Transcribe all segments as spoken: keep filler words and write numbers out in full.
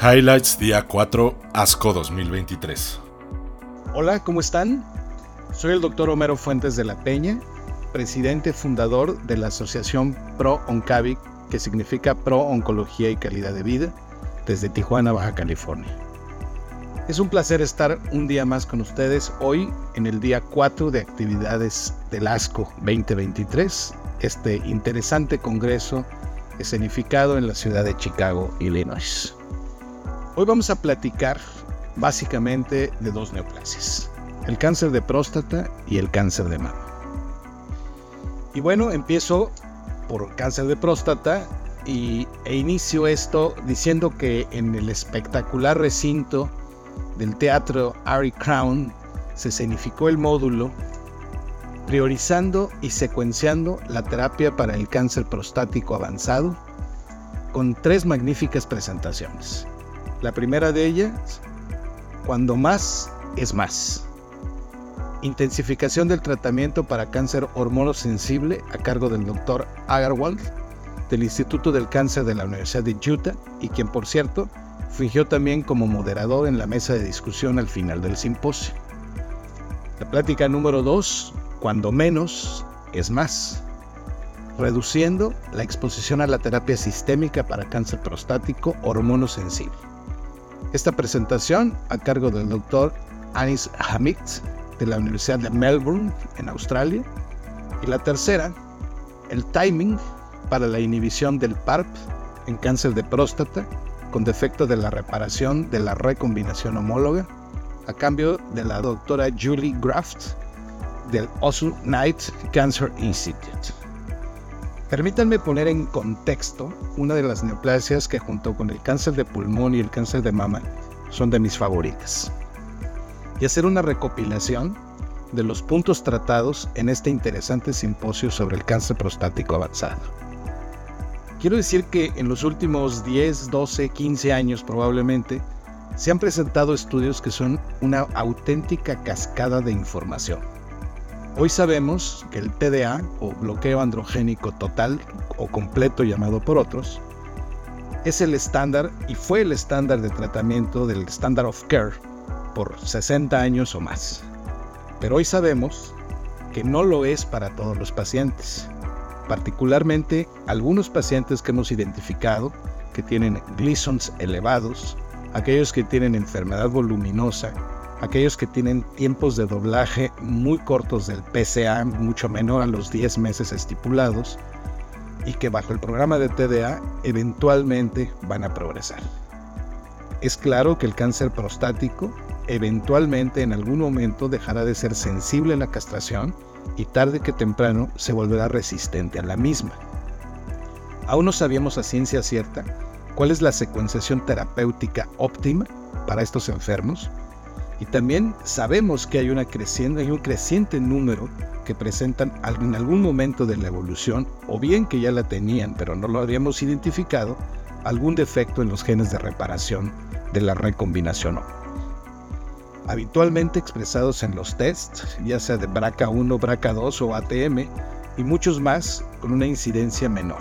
Highlights día cuatro, ASCO dos mil veintitrés. Hola, ¿cómo están? Soy el doctor Homero Fuentes de la Peña, presidente fundador de la asociación Pro-Oncavic, que significa Pro Oncología y Calidad de Vida, desde Tijuana, Baja California. Es un placer estar un día más con ustedes hoy en el día cuatro de actividades del ASCO veinte veintitrés, este interesante congreso escenificado en la ciudad de Chicago, Illinois. Hoy vamos a platicar básicamente de dos neoplasias, el cáncer de próstata y el cáncer de mama. Y bueno, empiezo por cáncer de próstata y, e inicio esto diciendo que en el espectacular recinto del Teatro Ari Crown se escenificó el módulo priorizando y secuenciando la terapia para el cáncer prostático avanzado con tres magníficas presentaciones. La primera de ellas, cuando más es más. Intensificación del tratamiento para cáncer hormonosensible a cargo del doctor Agarwal del Instituto del Cáncer de la Universidad de Utah y quien, por cierto, fungió también como moderador en la mesa de discusión al final del simposio. La plática número dos, cuando menos es más. Reduciendo la exposición a la terapia sistémica para cáncer prostático hormonosensible. Esta presentación a cargo del doctor Anis Hamid de la Universidad de Melbourne en Australia. Y la tercera, el timing para la inhibición del P A R P en cáncer de próstata con defecto de la reparación de la recombinación homóloga a cambio de la doctora Julie Graft del Oslo Knight Cancer Institute. Permítanme poner en contexto una de las neoplasias que junto con el cáncer de pulmón y el cáncer de mama son de mis favoritas y hacer una recopilación de los puntos tratados en este interesante simposio sobre el cáncer prostático avanzado. Quiero decir que en los últimos diez, doce, quince años probablemente se han presentado estudios que son una auténtica cascada de información. Hoy sabemos que el T D A, o bloqueo androgénico total o completo llamado por otros, es el estándar y fue el estándar de tratamiento del Standard of Care por sesenta años o más. Pero hoy sabemos que no lo es para todos los pacientes, particularmente algunos pacientes que hemos identificado que tienen Gleasons elevados, aquellos que tienen enfermedad voluminosa, aquellos que tienen tiempos de doblaje muy cortos del P S A, mucho menor a los diez meses estipulados, y que bajo el programa de T D A eventualmente van a progresar. Es claro que el cáncer prostático eventualmente en algún momento dejará de ser sensible a la castración y tarde que temprano se volverá resistente a la misma. Aún no sabíamos a ciencia cierta cuál es la secuenciación terapéutica óptima para estos enfermos, y también sabemos que hay, una creciente, hay un creciente número que presentan en algún momento de la evolución, o bien que ya la tenían pero no lo habíamos identificado, algún defecto en los genes de reparación de la recombinación. Habitualmente expresados en los tests, ya sea de B R C A uno, B R C A dos o A T M, y muchos más con una incidencia menor.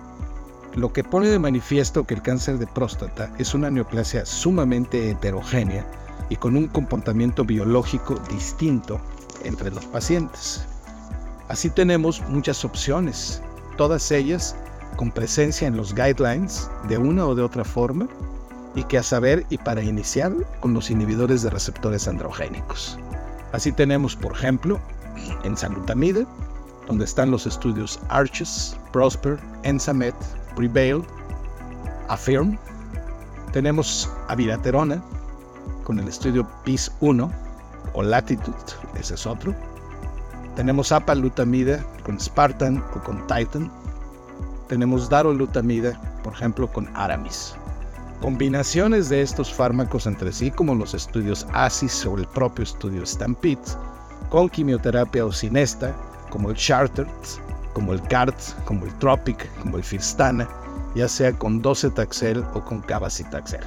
Lo que pone de manifiesto que el cáncer de próstata es una neoplasia sumamente heterogénea y con un comportamiento biológico distinto entre los pacientes. Así tenemos muchas opciones, todas ellas con presencia en los guidelines de una o de otra forma, y que a saber y para iniciar con los inhibidores de receptores androgénicos. Así tenemos, por ejemplo, enzalutamida, donde están los estudios ARCHES, PROSPER, ENZAMET, PREVAIL, AFFIRM. Tenemos abiraterona, con el estudio P I S uno o Latitude, ese es otro. Tenemos apalutamida con Spartan o con Titan. Tenemos darolutamida, por ejemplo, con Aramis. Combinaciones de estos fármacos entre sí, como los estudios ASIS o el propio estudio STAMPEDE, con quimioterapia o Cinesta, como el Chartered, como el C A R T, como el Tropic, como el Firstana, ya sea con docetaxel o con cabazitaxel.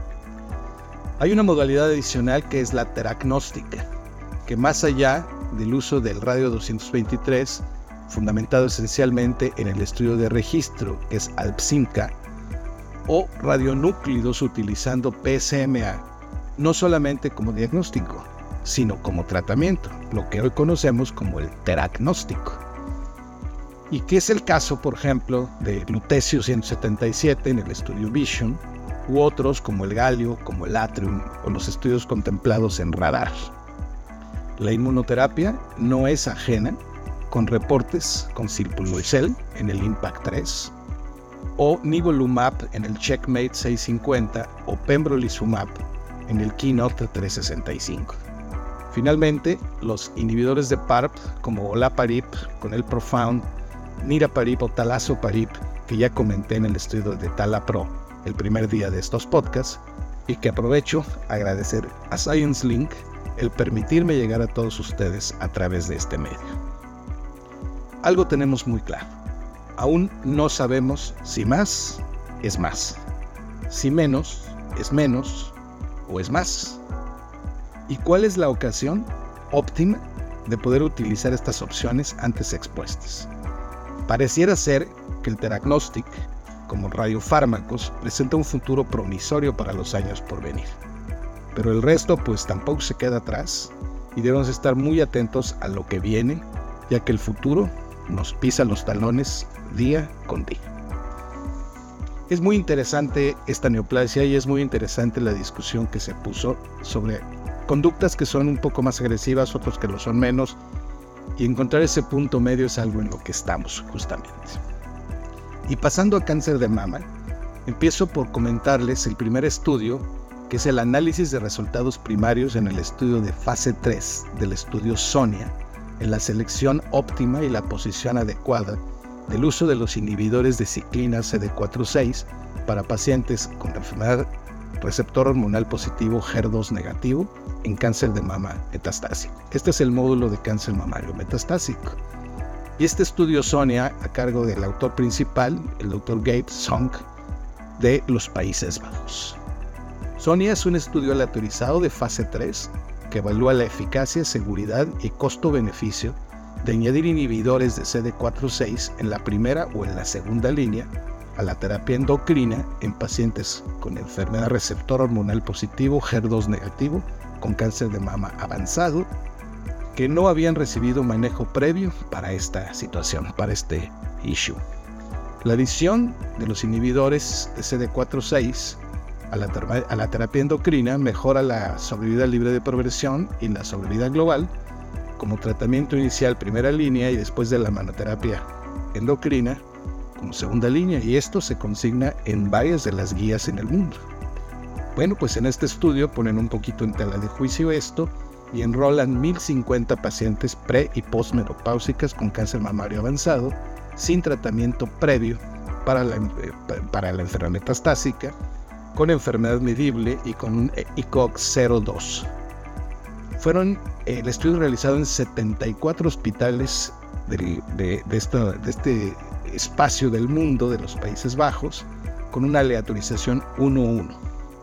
Hay una modalidad adicional que es la terapnóstica, que más allá del uso del radio doscientos veintitrés, fundamentado esencialmente en el estudio de registro, que es ALPSIMCA, o radionúclidos utilizando P S M A, no solamente como diagnóstico, sino como tratamiento, lo que hoy conocemos como el teragnóstico. Y que es el caso, por ejemplo, de lutecio ciento setenta y siete en el estudio Vision, u otros como el galio, como el atrium, o los estudios contemplados en radar. La inmunoterapia no es ajena, con reportes con Sirpulocel en el IMPACT tres, o Nivolumab en el Checkmate seiscientos cincuenta, o Pembrolizumab en el Keynote trescientos sesenta y cinco. Finalmente, los inhibidores de P A R P, como Olaparib con el Profound, Niraparib o Talazoparib, que ya comenté en el estudio de TalaPro el primer día de estos podcasts, y que aprovecho a agradecer a ScienceLink el permitirme llegar a todos ustedes a través de este medio. Algo tenemos muy claro: aún no sabemos si más es más, si menos es menos o es más. ¿Y cuál es la ocasión óptima de poder utilizar estas opciones antes expuestas? Pareciera ser que el teragnóstico, como radiofármacos, presenta un futuro promisorio para los años por venir. Pero el resto pues tampoco se queda atrás y debemos estar muy atentos a lo que viene, ya que el futuro nos pisa los talones día con día. Es muy interesante esta neoplasia y es muy interesante la discusión que se puso sobre conductas que son un poco más agresivas, otros que lo son menos, y encontrar ese punto medio es algo en lo que estamos justamente. Y pasando a cáncer de mama, empiezo por comentarles el primer estudio, que es el análisis de resultados primarios en el estudio de fase tres del estudio SONIA, en la selección óptima y la posición adecuada del uso de los inhibidores de ciclina C D cuatro seis para pacientes con enfermedad receptor hormonal positivo H E R dos negativo en cáncer de mama metastásico. Este es el módulo de cáncer mamario metastásico. Y este estudio SONIA, a cargo del autor principal, el doctor Gabe Song, de los Países Bajos. SONIA es un estudio aleatorizado de fase tres que evalúa la eficacia, seguridad y costo-beneficio de añadir inhibidores de C D cuatro seis en la primera o en la segunda línea a la terapia endocrina en pacientes con enfermedad receptor hormonal positivo H E R dos negativo con cáncer de mama avanzado que no habían recibido manejo previo para esta situación, para este issue. La adición de los inhibidores de C D cuatro seis a la, a la terapia endocrina mejora la sobrevida libre de progresión y la sobrevida global como tratamiento inicial primera línea y después de la manoterapia endocrina como segunda línea, y esto se consigna en varias de las guías en el mundo. Bueno, pues en este estudio ponen un poquito en tela de juicio esto y enrolan mil cincuenta pacientes pre y postmenopáusicas con cáncer mamario avanzado sin tratamiento previo para la, para la enfermedad metastásica, con enfermedad medible y con un I C O G cero punto dos. Fueron eh, el estudio realizado en setenta y cuatro hospitales de, de, de, esta, de este espacio del mundo de los Países Bajos, con una aleatorización uno a uno.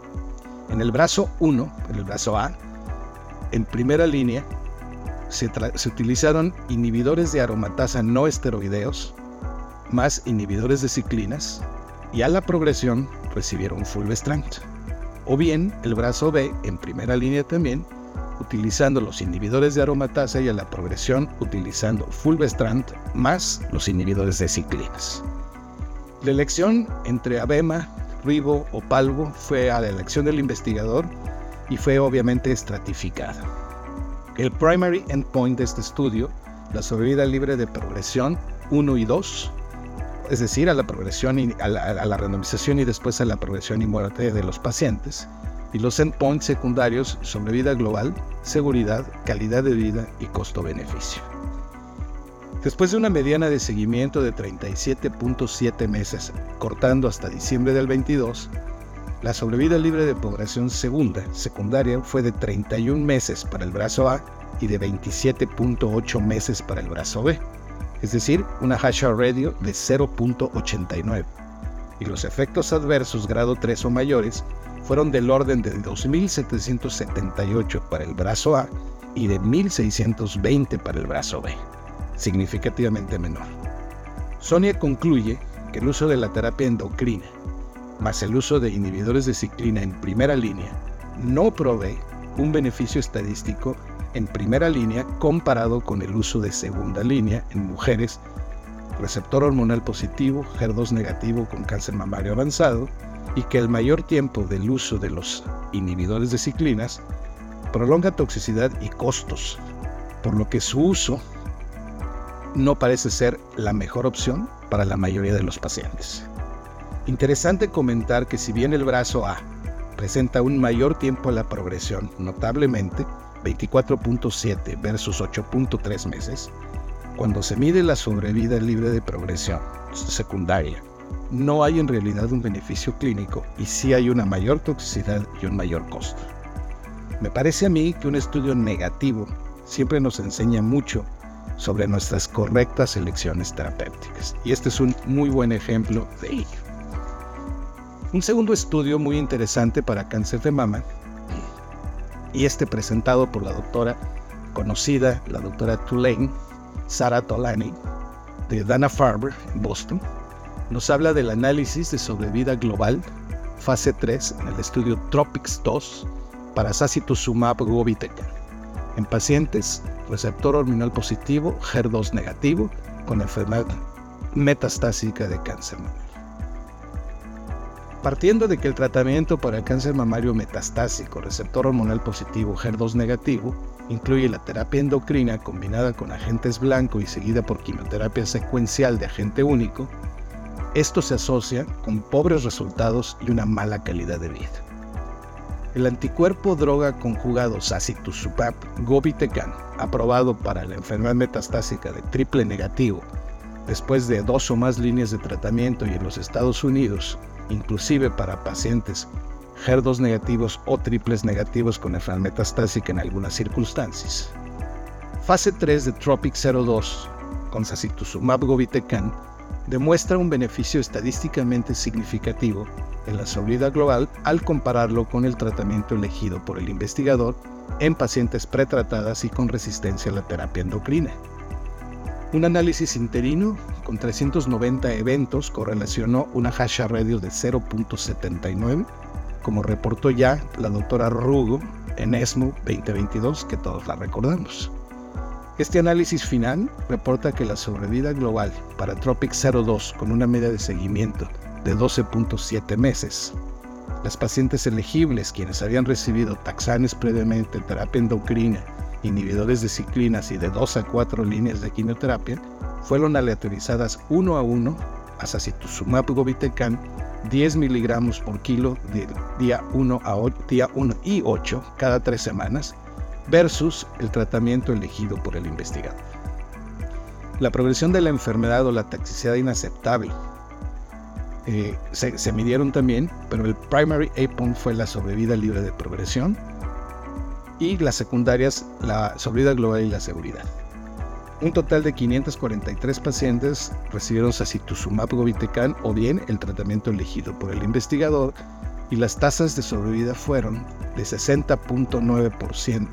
En el brazo uno, en el brazo A, en primera línea, se, se utilizaron inhibidores de aromatasa no esteroideos, más inhibidores de ciclinas, y a la progresión recibieron fulvestrant. O bien, el brazo B, en primera línea también, utilizando los inhibidores de aromatasa y a la progresión utilizando fulvestrant más los inhibidores de ciclinas. La elección entre Abema, Ribo o Palbo fue a la elección del investigador y fue obviamente estratificada. El primary endpoint de este estudio, la sobrevida libre de progresión uno y dos, es decir, a la progresión y a la, a la randomización y después a la progresión y muerte de los pacientes, y los endpoints secundarios sobre vida global, seguridad, calidad de vida y costo-beneficio. Después de una mediana de seguimiento de treinta y siete punto siete meses, cortando hasta diciembre del veintidós, la sobrevida libre de progresión segunda, secundaria fue de treinta y un meses para el brazo A y de veintisiete punto ocho meses para el brazo B, es decir, una hazard ratio de cero punto ochenta y nueve, y los efectos adversos grado tres o mayores fueron del orden de dos mil setecientos setenta y ocho para el brazo A y de mil seiscientos veinte para el brazo B, significativamente menor. SONIA concluye que el uso de la terapia endocrina más el uso de inhibidores de ciclina en primera línea no provee un beneficio estadístico en primera línea comparado con el uso de segunda línea en mujeres, receptor hormonal positivo, H E R dos negativo con cáncer mamario avanzado, y que el mayor tiempo del uso de los inhibidores de ciclinas prolonga toxicidad y costos, por lo que su uso no parece ser la mejor opción para la mayoría de los pacientes. Interesante comentar que si bien el brazo A presenta un mayor tiempo a la progresión, notablemente veinticuatro punto siete versus ocho punto tres meses, cuando se mide la sobrevida libre de progresión secundaria, no hay en realidad un beneficio clínico y sí hay una mayor toxicidad y un mayor costo. Me parece a mí que un estudio negativo siempre nos enseña mucho sobre nuestras correctas elecciones terapéuticas, y este es un muy buen ejemplo de ello. Un segundo estudio muy interesante para cáncer de mama, y este presentado por la doctora conocida, la doctora Tulane, Sarah Tolani, de Dana-Farber en Boston, nos habla del análisis de sobrevida global, fase tres, en el estudio TROPICS dos, para sacituzumab govitecan, en pacientes receptor hormonal positivo, H E R dos negativo, con enfermedad metastásica de cáncer mamario. Partiendo de que el tratamiento para el cáncer mamario metastásico, receptor hormonal positivo, H E R dos negativo, incluye la terapia endocrina combinada con agentes blanco y seguida por quimioterapia secuencial de agente único, esto se asocia con pobres resultados y una mala calidad de vida. El anticuerpo droga conjugado sacituzumab govitecan, aprobado para la enfermedad metastásica de triple negativo, después de dos o más líneas de tratamiento y en los Estados Unidos, inclusive para pacientes H E R dos negativos o triples negativos con enfermedad metastásica en algunas circunstancias. Fase tres de TROPICS cero dos con sacituzumab govitecan demuestra un beneficio estadísticamente significativo en la sobrevida global al compararlo con el tratamiento elegido por el investigador en pacientes pretratadas y con resistencia a la terapia endocrina. Un análisis interino con trescientos noventa eventos correlacionó una hazard ratio de cero punto setenta y nueve, como reportó ya la doctora Rugo en ESMO veinte veintidós, que todos la recordamos. Este análisis final reporta que la sobrevida global para TROPICS cero dos con una media de seguimiento de doce punto siete meses. Las pacientes elegibles, quienes habían recibido taxanes previamente, terapia endocrina, inhibidores de ciclinas y de dos a cuatro líneas de quimioterapia, fueron aleatorizadas uno a uno a sacituzumab govitecan diez miligramos por kilo de día uno a día uno y ocho cada tres semanas versus el tratamiento elegido por el investigador. La progresión de la enfermedad o la toxicidad inaceptable eh, se, se midieron también, pero el primary endpoint fue la sobrevida libre de progresión y las secundarias la sobrevida global y la seguridad. Un total de quinientos cuarenta y tres pacientes recibieron sacituzumab govitecan o bien el tratamiento elegido por el investigador, y las tasas de sobrevida fueron de sesenta punto nueve por ciento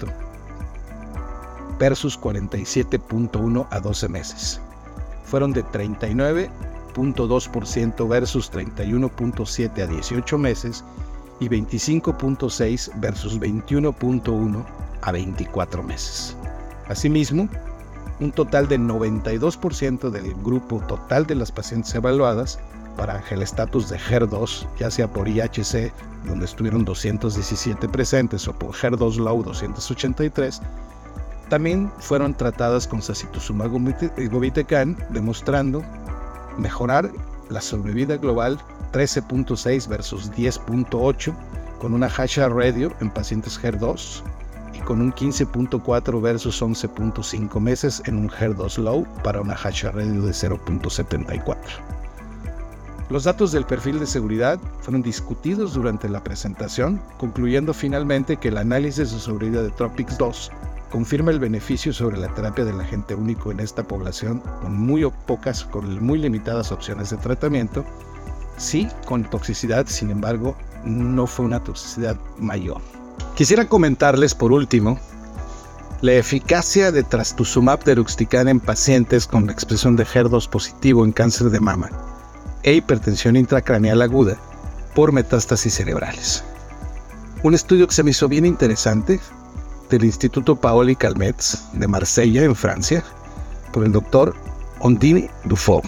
versus cuarenta y siete punto uno por ciento a doce meses. Fueron de treinta y nueve punto dos por ciento versus treinta y uno punto siete por ciento a dieciocho meses y veinticinco punto seis por ciento versus veintiuno punto uno por ciento a veinticuatro meses. Asimismo, un total de noventa y dos por ciento del grupo total de las pacientes evaluadas para el estatus de H E R dos, ya sea por I H C, donde estuvieron doscientos diecisiete presentes, o por H E R dos low doscientos ochenta y tres, también fueron tratadas con sacituzumab govitecan, demostrando mejorar la sobrevida global trece punto seis versus diez punto ocho, con una hazard ratio en pacientes H E R dos, y con un quince punto cuatro versus once punto cinco meses en un H E R dos low para una hazard ratio de cero punto setenta y cuatro. Los datos del perfil de seguridad fueron discutidos durante la presentación, concluyendo finalmente que el análisis de sobrevida de TROPICS dos confirma el beneficio sobre la terapia del agente único en esta población con muy pocas, con muy limitadas opciones de tratamiento. Sí, con toxicidad, sin embargo, no fue una toxicidad mayor. Quisiera comentarles por último la eficacia de trastuzumab deruxtecan en pacientes con expresión de H E R dos positivo en cáncer de mama e hipertensión intracraneal aguda, por metástasis cerebrales. Un estudio que se me hizo bien interesante del Instituto Paoli Calmets de Marsella, en Francia, por el doctor Ondine Dufault.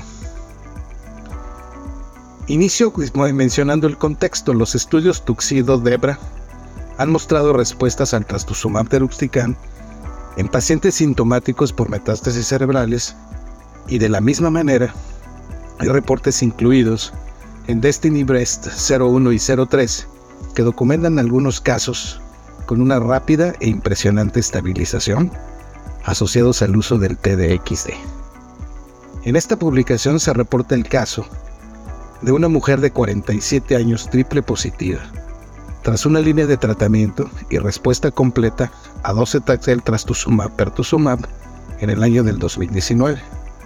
Inicio mencionando el contexto. Los estudios Tuxedo-Debra han mostrado respuestas al trastuzumab deruxtecan en pacientes sintomáticos por metástasis cerebrales, y de la misma manera hay reportes incluidos en Destiny Breast cero uno y cero tres que documentan algunos casos con una rápida e impresionante estabilización asociados al uso del T D X D. En esta publicación se reporta el caso de una mujer de cuarenta y siete años triple positiva, tras una línea de tratamiento y respuesta completa a docetaxel trastuzumab pertuzumab en el año del dos mil diecinueve.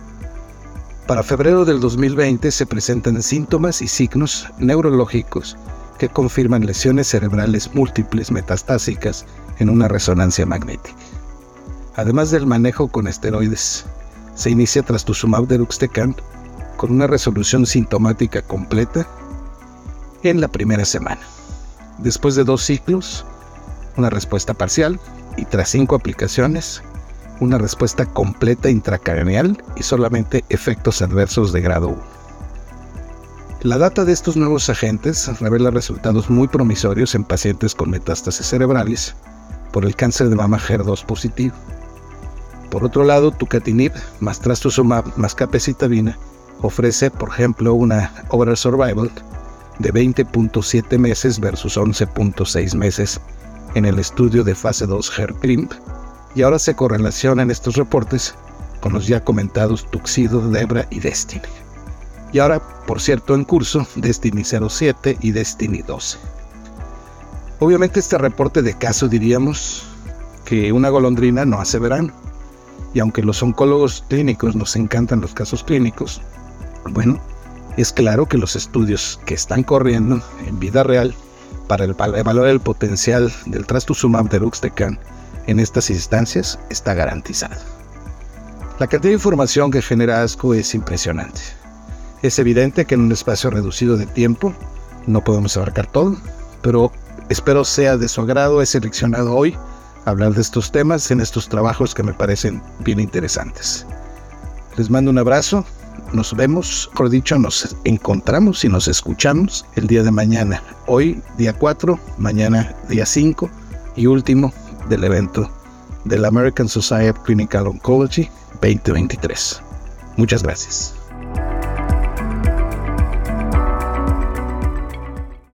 Para febrero del dos mil veinte se presentan síntomas y signos neurológicos que confirman lesiones cerebrales múltiples metastásicas en una resonancia magnética. Además del manejo con esteroides, se inicia trastuzumab deruxtecan con una resolución sintomática completa en la primera semana. Después de dos ciclos, una respuesta parcial, y tras cinco aplicaciones, una respuesta completa intracraneal y solamente efectos adversos de grado uno. La data de estos nuevos agentes revela resultados muy promisorios en pacientes con metástasis cerebrales por el cáncer de mama H E R dos positivo. Por otro lado, tucatinib más trastuzumab más capecitabina ofrece, por ejemplo, una overall survival de veinte punto siete meses versus once punto seis meses en el estudio de fase dos H E R P R I M, y ahora se correlacionan estos reportes con los ya comentados Tuxedo, Debra y Destiny. Y ahora, por cierto, en curso, Destiny cero siete y Destiny doce. Obviamente este reporte de caso diríamos que una golondrina no hace verano, y aunque los oncólogos clínicos nos encantan los casos clínicos, bueno, es claro que los estudios que están corriendo en vida real para el, evaluar el potencial del trastuzumab deruxtecan en estas instancias está garantizado. La cantidad de información que genera ASCO es impresionante. Es evidente que en un espacio reducido de tiempo no podemos abarcar todo, pero espero sea de su agrado. He seleccionado hoy hablar de estos temas en estos trabajos que me parecen bien interesantes. Les mando un abrazo. Nos vemos, mejor dicho, nos encontramos y nos escuchamos el día de mañana. Hoy, día cuatro, mañana, día cinco y último del evento de la American Society of Clinical Oncology veinte veintitrés. Muchas gracias.